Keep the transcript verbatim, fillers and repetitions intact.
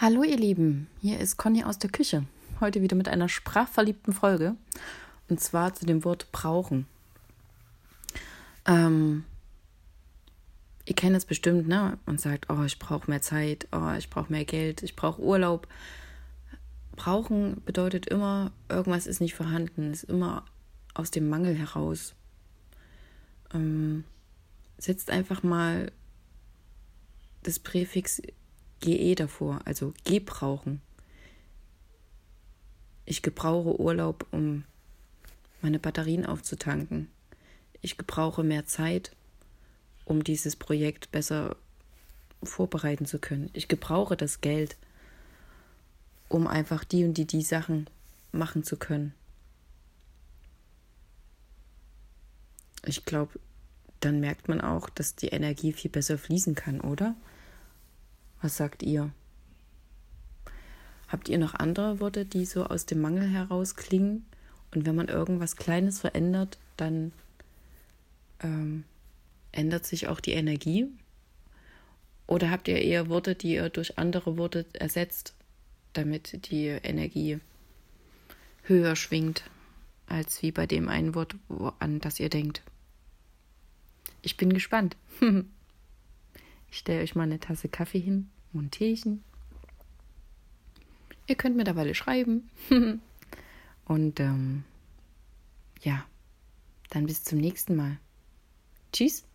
Hallo ihr Lieben, hier ist Conny aus der Küche. Heute wieder mit einer sprachverliebten Folge. Und zwar zu dem Wort brauchen. Ähm, ihr kennt es bestimmt, ne? Man sagt, oh, ich brauche mehr Zeit, oh, ich brauche mehr Geld, ich brauche Urlaub. Brauchen bedeutet immer, irgendwas ist nicht vorhanden, ist immer aus dem Mangel heraus. Ähm, setzt einfach mal das Präfix ge davor, also gebrauchen. Ich gebrauche Urlaub, um meine Batterien aufzutanken. Ich gebrauche mehr Zeit, um dieses Projekt besser vorbereiten zu können. Ich gebrauche das Geld, um einfach die und die, die Sachen machen zu können. Ich glaube, dann merkt man auch, dass die Energie viel besser fließen kann, oder? Was sagt ihr? Habt ihr noch andere Worte, die so aus dem Mangel heraus klingen? Und wenn man irgendwas Kleines verändert, dann ähm, ändert sich auch die Energie? Oder habt ihr eher Worte, die ihr durch andere Worte ersetzt, damit die Energie höher schwingt, als wie bei dem einen Wort, an das ihr denkt? Ich bin gespannt. Ich stelle euch mal eine Tasse Kaffee hin und ein Teechen. Ihr könnt mittlerweile schreiben. Und ähm, ja, dann bis zum nächsten Mal. Tschüss.